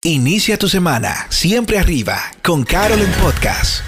Inicia tu semana siempre arriba con Carol en Podcast.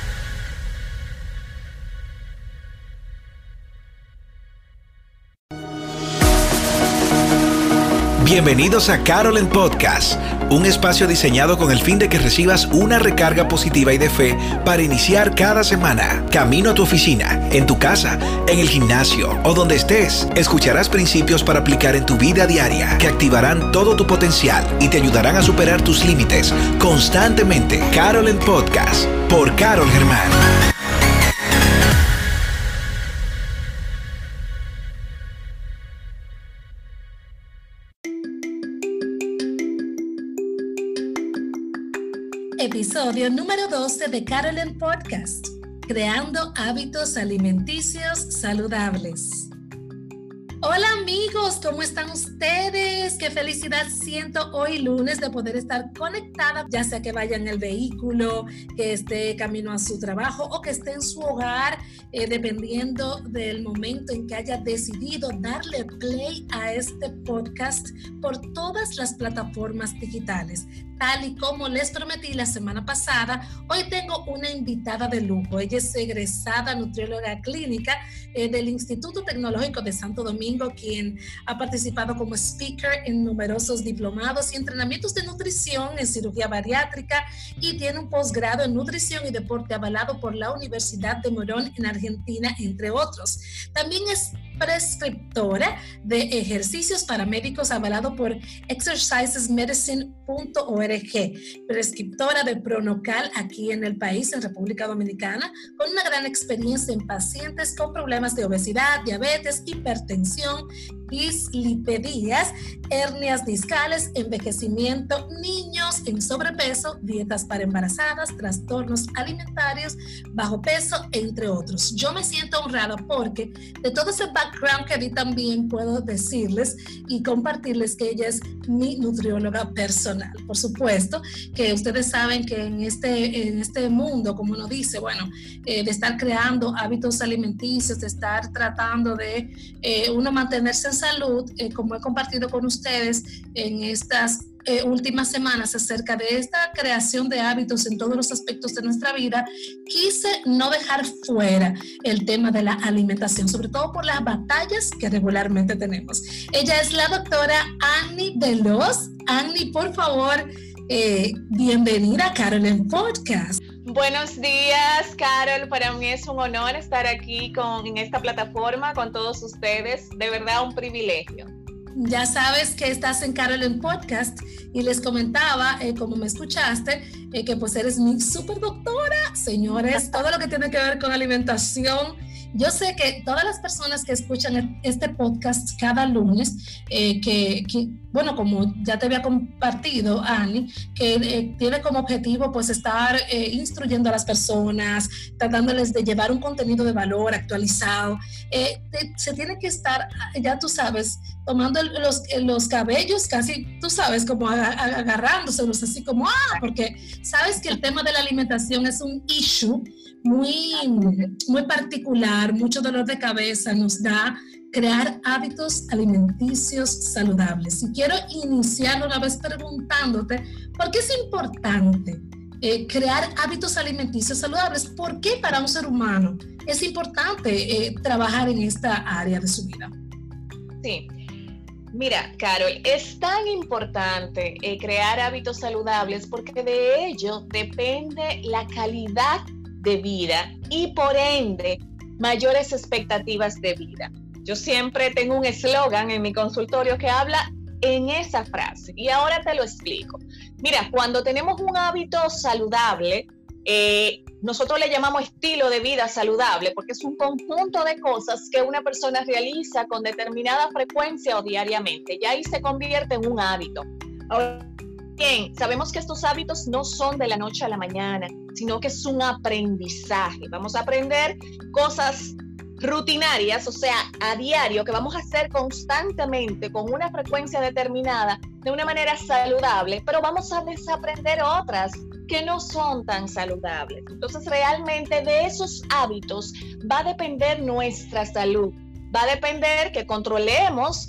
Bienvenidos a Carol en Podcast, un espacio diseñado con el fin de que recibas una recarga positiva y de fe para iniciar cada semana. Camino a tu oficina, en tu casa, en el gimnasio o donde estés, escucharás principios para aplicar en tu vida diaria que activarán todo tu potencial y te ayudarán a superar tus límites constantemente. Carol en Podcast, por Carol Germán. Episodio número 12 de Carol en Podcast, creando hábitos alimenticios saludables. Hola amigos, ¿cómo están ustedes? Qué felicidad siento hoy lunes de poder estar conectada, ya sea que vaya en el vehículo, que esté camino a su trabajo o que esté en su hogar, dependiendo del momento en que haya decidido darle play a este podcast por todas las plataformas digitales. Tal y como les prometí la semana pasada, hoy tengo una invitada de lujo. Ella es egresada nutrióloga clínica del Instituto Tecnológico de Santo Domingo, quien ha participado como speaker en numerosos diplomados y entrenamientos de nutrición en cirugía bariátrica y tiene un posgrado en nutrición y deporte avalado por la Universidad de Morón en Argentina, entre otros. También es prescriptora de ejercicios para médicos avalado por exercisesmedicine.org, prescriptora de Pronocal aquí en el país, en República Dominicana, con una gran experiencia en pacientes con problemas de obesidad, diabetes, hipertensión, dislipidemias, hernias discales, envejecimiento, niños en sobrepeso, dietas para embarazadas, trastornos alimentarios, bajo peso, entre otros. Yo me siento honrada porque de todo ese background que vi también puedo decirles y compartirles que ella es mi nutrióloga personal. Por supuesto que ustedes saben que en este mundo, como uno dice, de estar creando hábitos alimenticios, de estar tratando de uno mantenerse en salud, como he compartido con ustedes en estas últimas semanas acerca de esta creación de hábitos en todos los aspectos de nuestra vida, quise no dejar fuera el tema de la alimentación, sobre todo por las batallas que regularmente tenemos. Ella es la doctora Annie Veloz. Annie, por favor, bienvenida a Carol en Podcast. Buenos días, Carol. Para mí es un honor estar aquí en esta plataforma con todos ustedes. De verdad, un privilegio. Ya sabes que estás en Carol en Podcast y les comentaba, como me escuchaste, que pues eres mi super doctora. Señores, todo lo que tiene que ver con alimentación. Yo sé que todas las personas que escuchan este podcast cada lunes, como ya te había compartido, Annie, que tiene como objetivo pues estar instruyendo a las personas, tratándoles de llevar un contenido de valor actualizado. Se tiene que estar, ya tú sabes, tomando los cabellos casi, tú sabes, como agarrándoselos así como, porque sabes que el tema de la alimentación es un issue muy particular, mucho dolor de cabeza nos da crear hábitos alimenticios saludables. Y quiero iniciar una vez preguntándote, ¿por qué es importante crear hábitos alimenticios saludables? ¿Por qué para un ser humano es importante trabajar en esta área de su vida? Sí. Mira, Carol, es tan importante crear hábitos saludables porque de ello depende la calidad de vida y por ende mayores expectativas de vida. Yo siempre tengo un eslogan en mi consultorio que habla en esa frase y ahora te lo explico. Mira, cuando tenemos un hábito saludable, nosotros le llamamos estilo de vida saludable porque es un conjunto de cosas que una persona realiza con determinada frecuencia o diariamente, y ahí se convierte en un hábito. Ahora bien, sabemos que estos hábitos no son de la noche a la mañana, sino que es un aprendizaje. Vamos a aprender cosas rutinarias, o sea, a diario, que vamos a hacer constantemente con una frecuencia determinada de una manera saludable, pero vamos a desaprender otras que no son tan saludables. Entonces, realmente de esos hábitos va a depender nuestra salud, va a depender que controlemos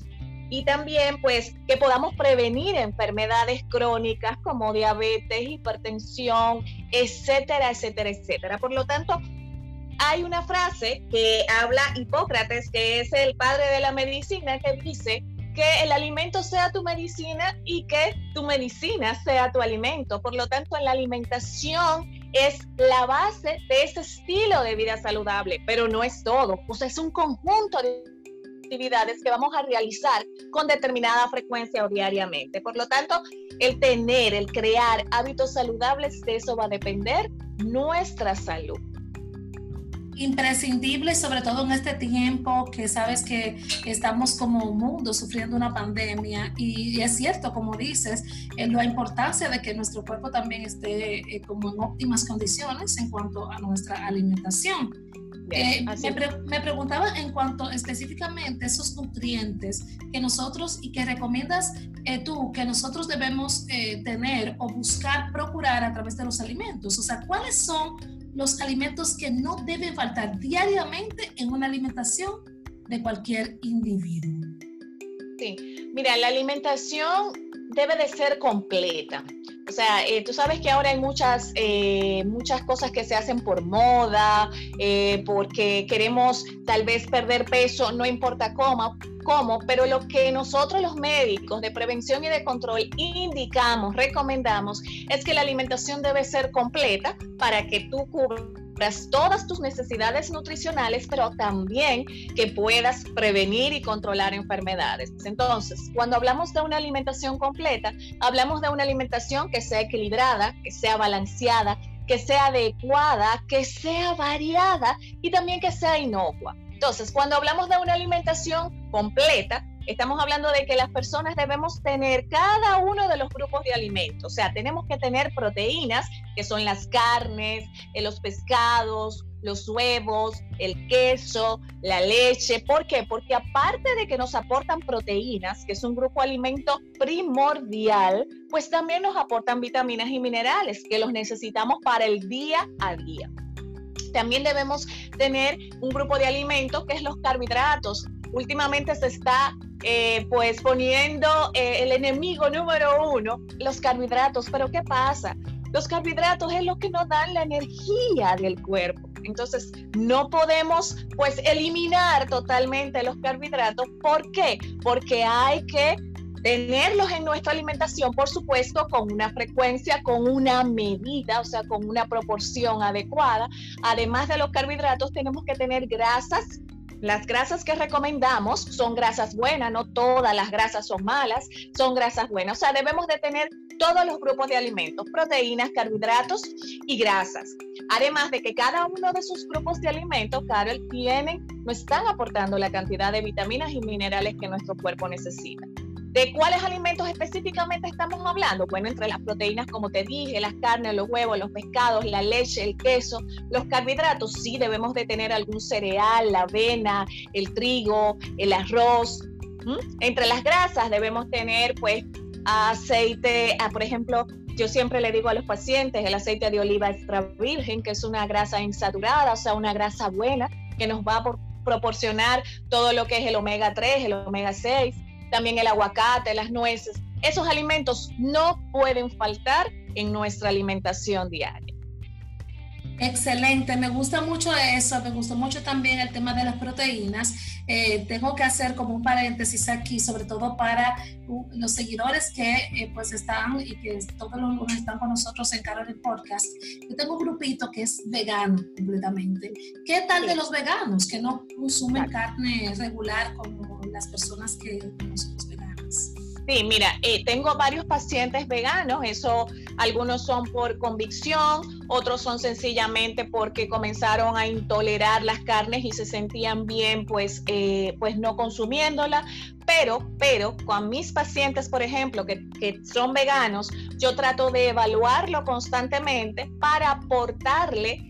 y también pues que podamos prevenir enfermedades crónicas como diabetes, hipertensión, etcétera, etcétera, etcétera. Por lo tanto, hay una frase que habla Hipócrates, que es el padre de la medicina, que dice que el alimento sea tu medicina y que tu medicina sea tu alimento. Por lo tanto, la alimentación es la base de ese estilo de vida saludable, pero no es todo. O sea, es un conjunto de actividades que vamos a realizar con determinada frecuencia o diariamente. Por lo tanto, el crear hábitos saludables, de eso va a depender nuestra salud. Imprescindible, sobre todo en este tiempo que sabes que estamos como mundo sufriendo una pandemia, y es cierto, como dices, la importancia de que nuestro cuerpo también esté como en óptimas condiciones en cuanto a nuestra alimentación. Me preguntaba en cuanto específicamente esos nutrientes que nosotros y que recomiendas tú que nosotros debemos tener o buscar procurar a través de los alimentos. O sea, ¿cuáles son los alimentos que no deben faltar diariamente en una alimentación de cualquier individuo? Sí, mira, la alimentación debe de ser completa. O sea, tú sabes que ahora hay muchas cosas que se hacen por moda, porque queremos tal vez perder peso, no importa cómo, pero lo que nosotros los médicos de prevención y de control indicamos, recomendamos, es que la alimentación debe ser completa para que tú cubras todas tus necesidades nutricionales, pero también que puedas prevenir y controlar enfermedades. Entonces, cuando hablamos de una alimentación completa, hablamos de una alimentación que sea equilibrada, que sea balanceada, que sea adecuada, que sea variada y también que sea inocua. Entonces, cuando hablamos de una alimentación completa, estamos hablando de que las personas debemos tener cada uno de los grupos de alimentos. O sea, tenemos que tener proteínas, que son las carnes, los pescados, los huevos, el queso, la leche. ¿Por qué? Porque aparte de que nos aportan proteínas, que es un grupo de alimento primordial, pues también nos aportan vitaminas y minerales que los necesitamos para el día a día. También debemos tener un grupo de alimentos que es los carbohidratos. Últimamente se está pues poniendo el enemigo número uno, los carbohidratos. Pero ¿qué pasa? Los carbohidratos es lo que nos dan la energía del cuerpo. Entonces no podemos pues eliminar totalmente los carbohidratos. ¿Por qué? Porque hay que tenerlos en nuestra alimentación, por supuesto, con una frecuencia, con una medida, o sea, con una proporción adecuada. Además de los carbohidratos, tenemos que tener grasas. Las grasas que recomendamos son grasas buenas, no todas las grasas son malas, son grasas buenas. O sea, debemos de tener todos los grupos de alimentos, proteínas, carbohidratos y grasas. Además de que cada uno de sus grupos de alimentos, Carol, nos están aportando la cantidad de vitaminas y minerales que nuestro cuerpo necesita. ¿De cuáles alimentos específicamente estamos hablando? Bueno, entre las proteínas, como te dije, las carnes, los huevos, los pescados, la leche, el queso. Los carbohidratos, sí, debemos de tener algún cereal, la avena, el trigo, el arroz. Entre las grasas debemos tener, pues, aceite, por ejemplo, yo siempre le digo a los pacientes, el aceite de oliva extra virgen, que es una grasa insaturada, o sea, una grasa buena, que nos va a proporcionar todo lo que es el omega 3, el omega 6, también el aguacate, las nueces. Esos alimentos no pueden faltar en nuestra alimentación diaria. Excelente, me gusta mucho eso, me gustó mucho también el tema de las proteínas. Tengo que hacer como un paréntesis aquí, sobre todo para los seguidores que pues están y que todos los lunes están con nosotros en Carol Podcast. Yo tengo un grupito que es vegano completamente. ¿Qué tal de los veganos que no consumen carne regular como las personas que no somos veganas? Sí, mira, tengo varios pacientes veganos, algunos son por convicción, otros son sencillamente porque comenzaron a intolerar las carnes y se sentían bien pues no consumiéndola, pero con mis pacientes, por ejemplo, que son veganos, yo trato de evaluarlo constantemente para aportarle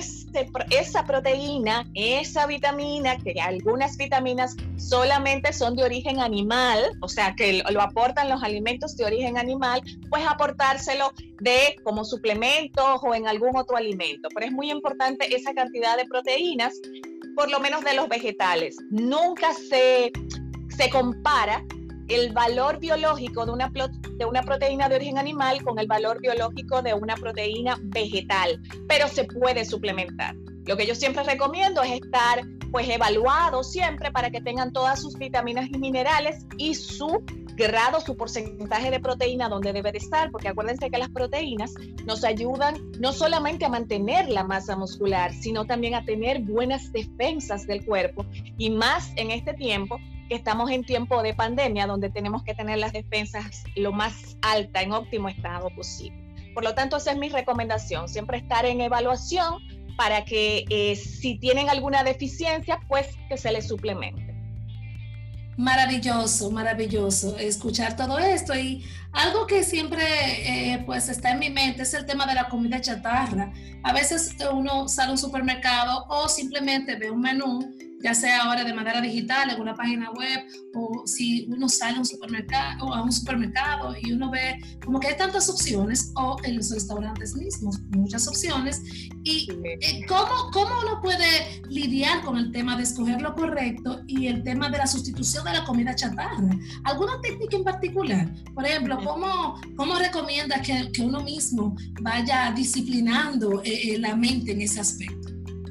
esa proteína, esa vitamina, que algunas vitaminas solamente son de origen animal, o sea que lo aportan los alimentos de origen animal, pues aportárselo como suplementos o en algún otro alimento. Pero es muy importante esa cantidad de proteínas, por lo menos de los vegetales. Nunca se compara el valor biológico de una proteína de origen animal con el valor biológico de una proteína vegetal, pero se puede suplementar. Lo que yo siempre recomiendo es estar pues evaluado siempre para que tengan todas sus vitaminas y minerales y su grado, su porcentaje de proteína donde debe de estar, porque acuérdense que las proteínas nos ayudan no solamente a mantener la masa muscular, sino también a tener buenas defensas del cuerpo, y más en este tiempo que estamos en tiempo de pandemia, donde tenemos que tener las defensas lo más alta, en óptimo estado posible. Por lo tanto, esa es mi recomendación, siempre estar en evaluación para que si tienen alguna deficiencia, pues que se les suplemente. Maravilloso, maravilloso escuchar todo esto, y algo que siempre pues está en mi mente es el tema de la comida chatarra. A veces uno sale a un supermercado o simplemente ve un menú, ya sea ahora de manera digital en una página web, o si uno sale a un supermercado y uno ve como que hay tantas opciones, o en los restaurantes mismos muchas opciones, y ¿cómo uno puede lidiar con el tema de escoger lo correcto y el tema de la sustitución de la comida chatarra? ¿Alguna técnica en particular? Por ejemplo, ¿cómo recomiendas que uno mismo vaya disciplinando la mente en ese aspecto?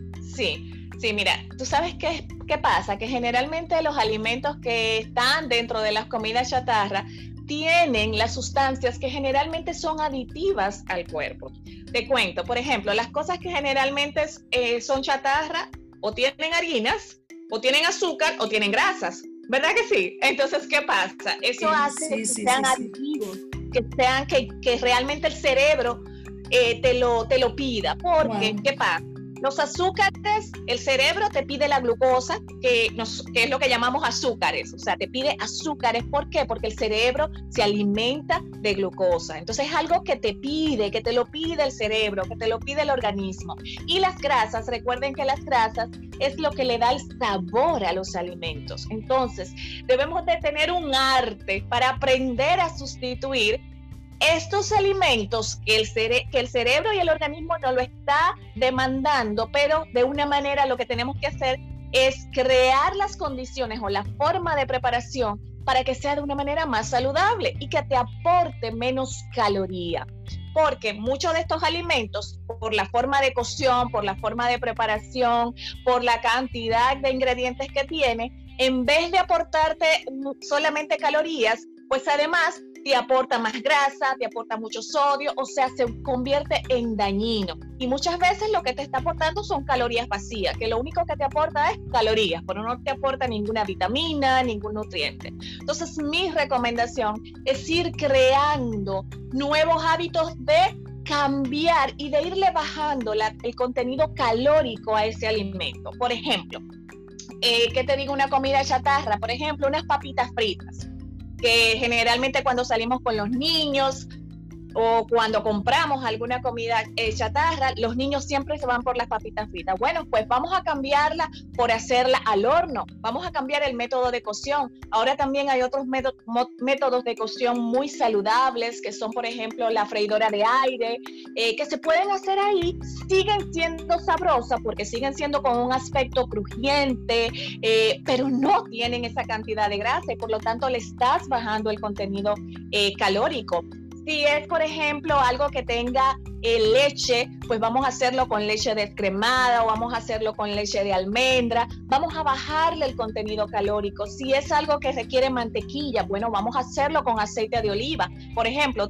Sí, mira, tú sabes qué pasa, que generalmente los alimentos que están dentro de las comidas chatarra tienen las sustancias que generalmente son aditivas al cuerpo. Te cuento, por ejemplo, las cosas que generalmente son chatarra o tienen harinas, o tienen azúcar, o tienen grasas, ¿verdad que sí? Entonces, ¿qué pasa? Eso hace que sean aditivos, que realmente el cerebro te lo pida, porque, ¿qué pasa? Los azúcares, el cerebro te pide la glucosa, que es lo que llamamos azúcares, o sea, te pide azúcares. ¿Por qué? Porque el cerebro se alimenta de glucosa. Entonces es algo que te pide, que te lo pide el cerebro, que te lo pide el organismo. Y las grasas, recuerden que las grasas es lo que le da el sabor a los alimentos. Entonces, debemos de tener un arte para aprender a sustituir estos alimentos que el cerebro y el organismo no lo está demandando, pero de una manera lo que tenemos que hacer es crear las condiciones o la forma de preparación para que sea de una manera más saludable y que te aporte menos caloría. Porque muchos de estos alimentos, por la forma de cocción, por la forma de preparación, por la cantidad de ingredientes que tiene, en vez de aportarte solamente calorías, pues además te aporta más grasa, te aporta mucho sodio, o sea, se convierte en dañino. Y muchas veces lo que te está aportando son calorías vacías, que lo único que te aporta es calorías, pero no te aporta ninguna vitamina, ningún nutriente. Entonces, mi recomendación es ir creando nuevos hábitos de cambiar y de irle bajando el contenido calórico a ese alimento. Por ejemplo, ¿qué te digo? Una comida chatarra, por ejemplo, unas papitas fritas, que generalmente cuando salimos con los niños o cuando compramos alguna comida chatarra, los niños siempre se van por las papitas fritas. Bueno, pues vamos a cambiarla por hacerla al horno, vamos a cambiar el método de cocción. Ahora también hay otros métodos de cocción muy saludables, que son, por ejemplo, la freidora de aire, que se pueden hacer ahí, siguen siendo sabrosas porque siguen siendo con un aspecto crujiente, pero no tienen esa cantidad de grasa y por lo tanto le estás bajando el contenido calórico. Si es, por ejemplo, algo que tenga leche, pues vamos a hacerlo con leche descremada o vamos a hacerlo con leche de almendra. Vamos a bajarle el contenido calórico. Si es algo que requiere mantequilla, bueno, vamos a hacerlo con aceite de oliva. Por ejemplo,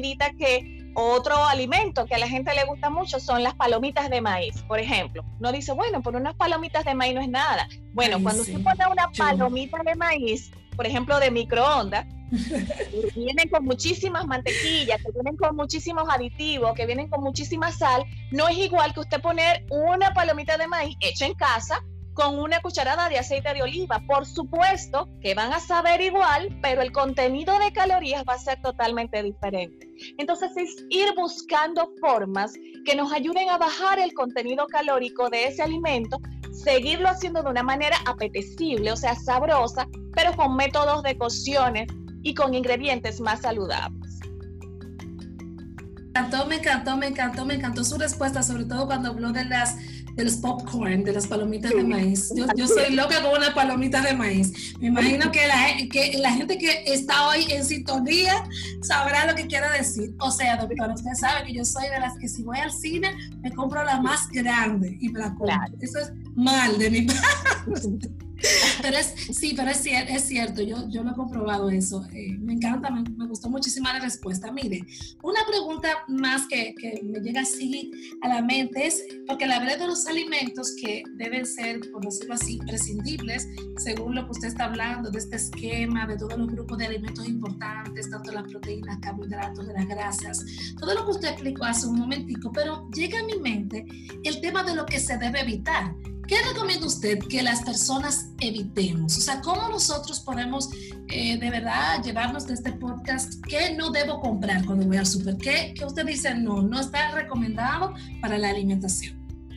otro alimento que a la gente le gusta mucho son las palomitas de maíz, por ejemplo. Uno dice, bueno, por unas palomitas de maíz no es nada. Bueno, cuando usted pone una palomita de maíz, por ejemplo, de microondas, vienen con muchísimas mantequillas, que vienen con muchísimos aditivos, que vienen con muchísima sal. No es igual que usted poner una palomita de maíz hecha en casa con una cucharada de aceite de oliva. Por supuesto que van a saber igual, pero el contenido de calorías va a ser totalmente diferente. Entonces es ir buscando formas que nos ayuden a bajar el contenido calórico de ese alimento, seguirlo haciendo de una manera apetecible, o sea, sabrosa, pero con métodos de cocciones y con ingredientes más saludables. Me encantó su respuesta, sobre todo cuando habló de las de los popcorn, de las palomitas de maíz. Yo soy loca con unas palomitas de maíz. Me imagino que la gente que está hoy en sintonía sabrá lo que quiero decir. O sea, doctora, usted sabe que yo soy de las que si voy al cine me compro la más grande y me la compro. Claro. Eso es mal de mi parte. Pero es cierto, yo lo he comprobado eso. Me encanta, me gustó muchísimo la respuesta. Mire, una pregunta más que me llega así a la mente es, porque la verdad de los alimentos que deben ser, por decirlo así, prescindibles, según lo que usted está hablando, de este esquema, de todos los grupos de alimentos importantes, tanto las proteínas, carbohidratos, de las grasas, todo lo que usted explicó hace un momentico, pero llega a mi mente el tema de lo que se debe evitar. ¿Qué recomienda usted que las personas evitemos? O sea, ¿cómo nosotros podemos de verdad llevarnos de este podcast? ¿Qué no debo comprar cuando voy al súper? ¿Qué usted dice no está recomendado para la alimentación?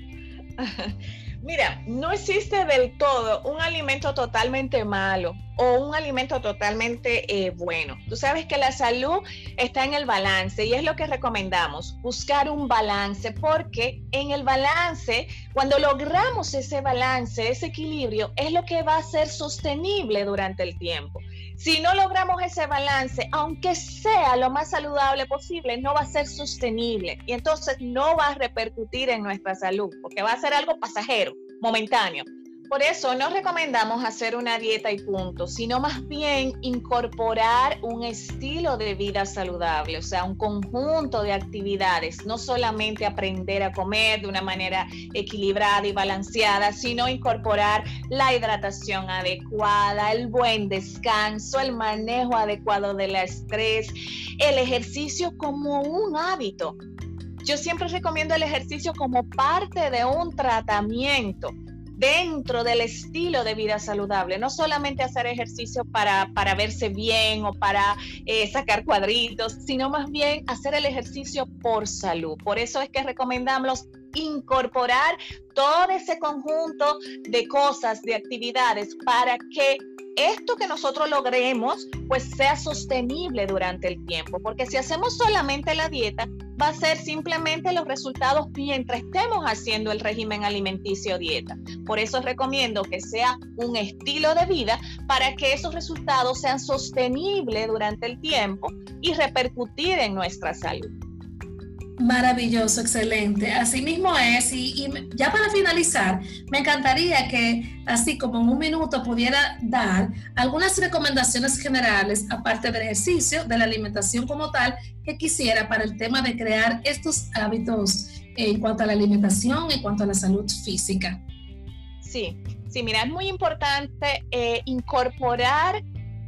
Mira, no existe del todo un alimento totalmente malo o un alimento totalmente bueno. Tú sabes que la salud está en el balance y es lo que recomendamos, buscar un balance, porque en el balance, cuando logramos ese balance, ese equilibrio, es lo que va a ser sostenible durante el tiempo. Si no logramos ese balance, aunque sea lo más saludable posible, no va a ser sostenible y entonces no va a repercutir en nuestra salud, porque va a ser algo pasajero, momentáneo. Por eso no recomendamos hacer una dieta y punto, sino más bien incorporar un estilo de vida saludable, o sea, un conjunto de actividades, no solamente aprender a comer de una manera equilibrada y balanceada, sino incorporar la hidratación adecuada, el buen descanso, el manejo adecuado del estrés, el ejercicio como un hábito. Yo siempre recomiendo el ejercicio como parte de un tratamiento dentro del estilo de vida saludable, no solamente hacer ejercicio para verse bien o para sacar cuadritos, sino más bien hacer el ejercicio por salud. Por eso es que recomendamos incorporar todo ese conjunto de cosas, de actividades, para que esto que nosotros logremos pues sea sostenible durante el tiempo, porque si hacemos solamente la dieta va a ser simplemente los resultados mientras estemos haciendo el régimen alimenticio dieta. Por eso recomiendo que sea un estilo de vida para que esos resultados sean sostenibles durante el tiempo y repercutir en nuestra salud. Maravilloso, excelente. Así mismo es. Y ya para finalizar, me encantaría que, así como en un minuto, pudiera dar algunas recomendaciones generales, aparte del ejercicio, de la alimentación como tal, que quisiera para el tema de crear estos hábitos en cuanto a la alimentación, en cuanto a la salud física. Sí, mira, es muy importante incorporar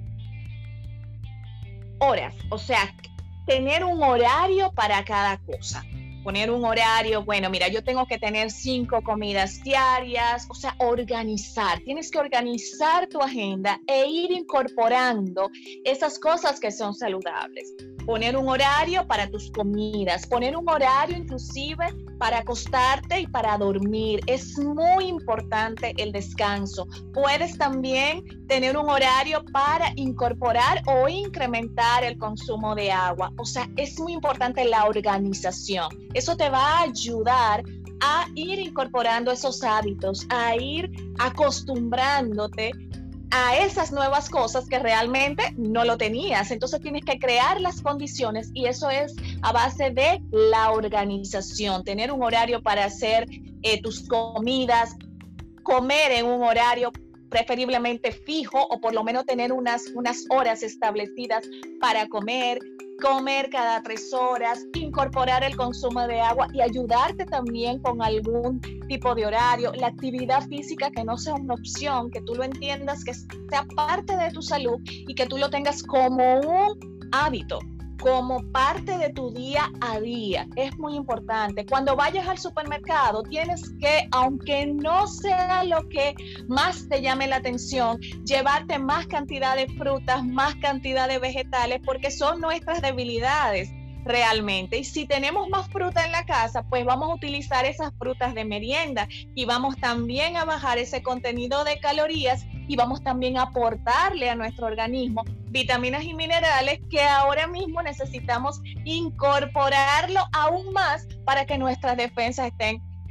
horas, o sea, tener un horario para cada cosa. Poner un horario, bueno, mira, yo tengo que tener 5 comidas diarias, o sea, organizar. Tienes que organizar tu agenda e ir incorporando esas cosas que son saludables. Poner un horario para tus comidas, poner un horario inclusive para acostarte y para dormir. Es muy importante el descanso. Puedes también tener un horario para incorporar o incrementar el consumo de agua. O sea, es muy importante la organización. Eso te va a ayudar a ir incorporando esos hábitos, a ir acostumbrándote a esas nuevas cosas que realmente no lo tenías. Entonces tienes que crear las condiciones y eso es a base de la organización, tener un horario para hacer tus comidas, comer en un horario preferiblemente fijo o por lo menos tener unas horas establecidas para comer cada 3 horas, incorporar el consumo de agua y ayudarte también con algún tipo de horario, la actividad física que no sea una opción, que tú lo entiendas, que sea parte de tu salud y que tú lo tengas como un hábito, como parte de tu día a día. Es muy importante. Cuando vayas al supermercado, tienes que, aunque no sea lo que más te llame la atención, llevarte más cantidad de frutas, más cantidad de vegetales, porque son nuestras debilidades realmente. Y si tenemos más fruta en la casa, pues vamos a utilizar esas frutas de merienda y vamos también a bajar ese contenido de calorías y vamos también a aportarle a nuestro organismo vitaminas y minerales que ahora mismo necesitamos incorporarlo aún más para que nuestras defensas estén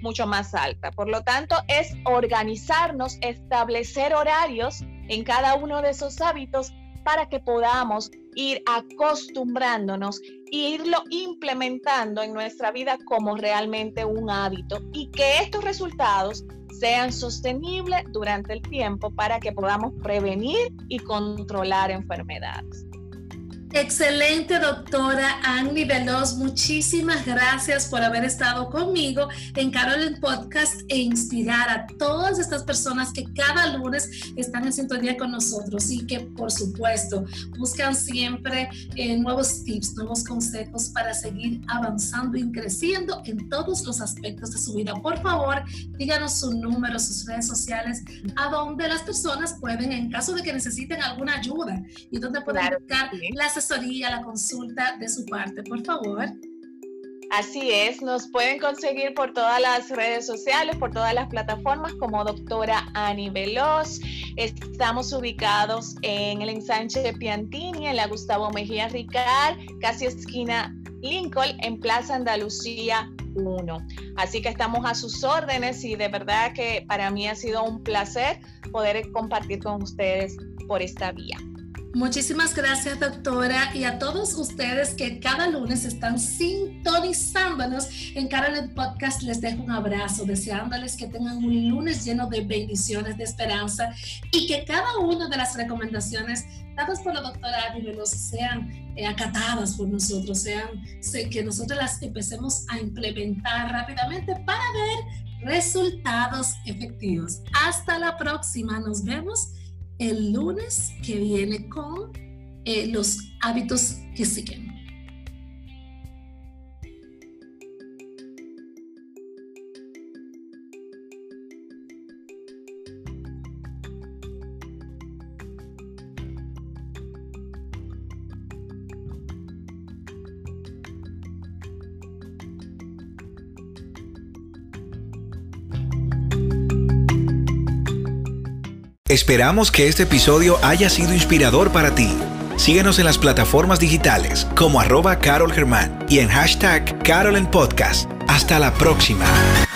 mucho más alta. Por lo tanto, es organizarnos, establecer horarios en cada uno de esos hábitos para que podamos ir acostumbrándonos e irlo implementando en nuestra vida como realmente un hábito y que estos resultados sean sostenibles durante el tiempo para que podamos prevenir y controlar enfermedades. Excelente, doctora Annie Veloz. Muchísimas gracias por haber estado conmigo en Carolyn Podcast e inspirar a todas estas personas que cada lunes están en sintonía con nosotros y que, por supuesto, buscan siempre nuevos tips, nuevos consejos para seguir avanzando y creciendo en todos los aspectos de su vida. Por favor, díganos su número, sus redes sociales, a donde las personas pueden, en caso de que necesiten alguna ayuda, y donde pueden buscar la asesoría, la consulta de su parte, por favor. Así es, nos pueden conseguir por todas las redes sociales, por todas las plataformas como doctora Annie Veloz. Estamos ubicados en el ensanche de Piantini, en la Gustavo Mejía Ricard, casi esquina Lincoln, en Plaza Andalucía 1. Así que estamos a sus órdenes y de verdad que para mí ha sido un placer poder compartir con ustedes por esta vía. Muchísimas gracias, doctora, y a todos ustedes que cada lunes están sintonizándonos en Carolyn Podcast. Les dejo un abrazo, deseándoles que tengan un lunes lleno de bendiciones, de esperanza, y que cada una de las recomendaciones dadas por la doctora Annie Veloz sean acatadas por nosotros, que nosotros las empecemos a implementar rápidamente para ver resultados efectivos. Hasta la próxima, nos vemos el lunes que viene con los hábitos que siguen. Esperamos que este episodio haya sido inspirador para ti. Síguenos en las plataformas digitales como @CarolGermán y en #CarolynPodcast. Hasta la próxima.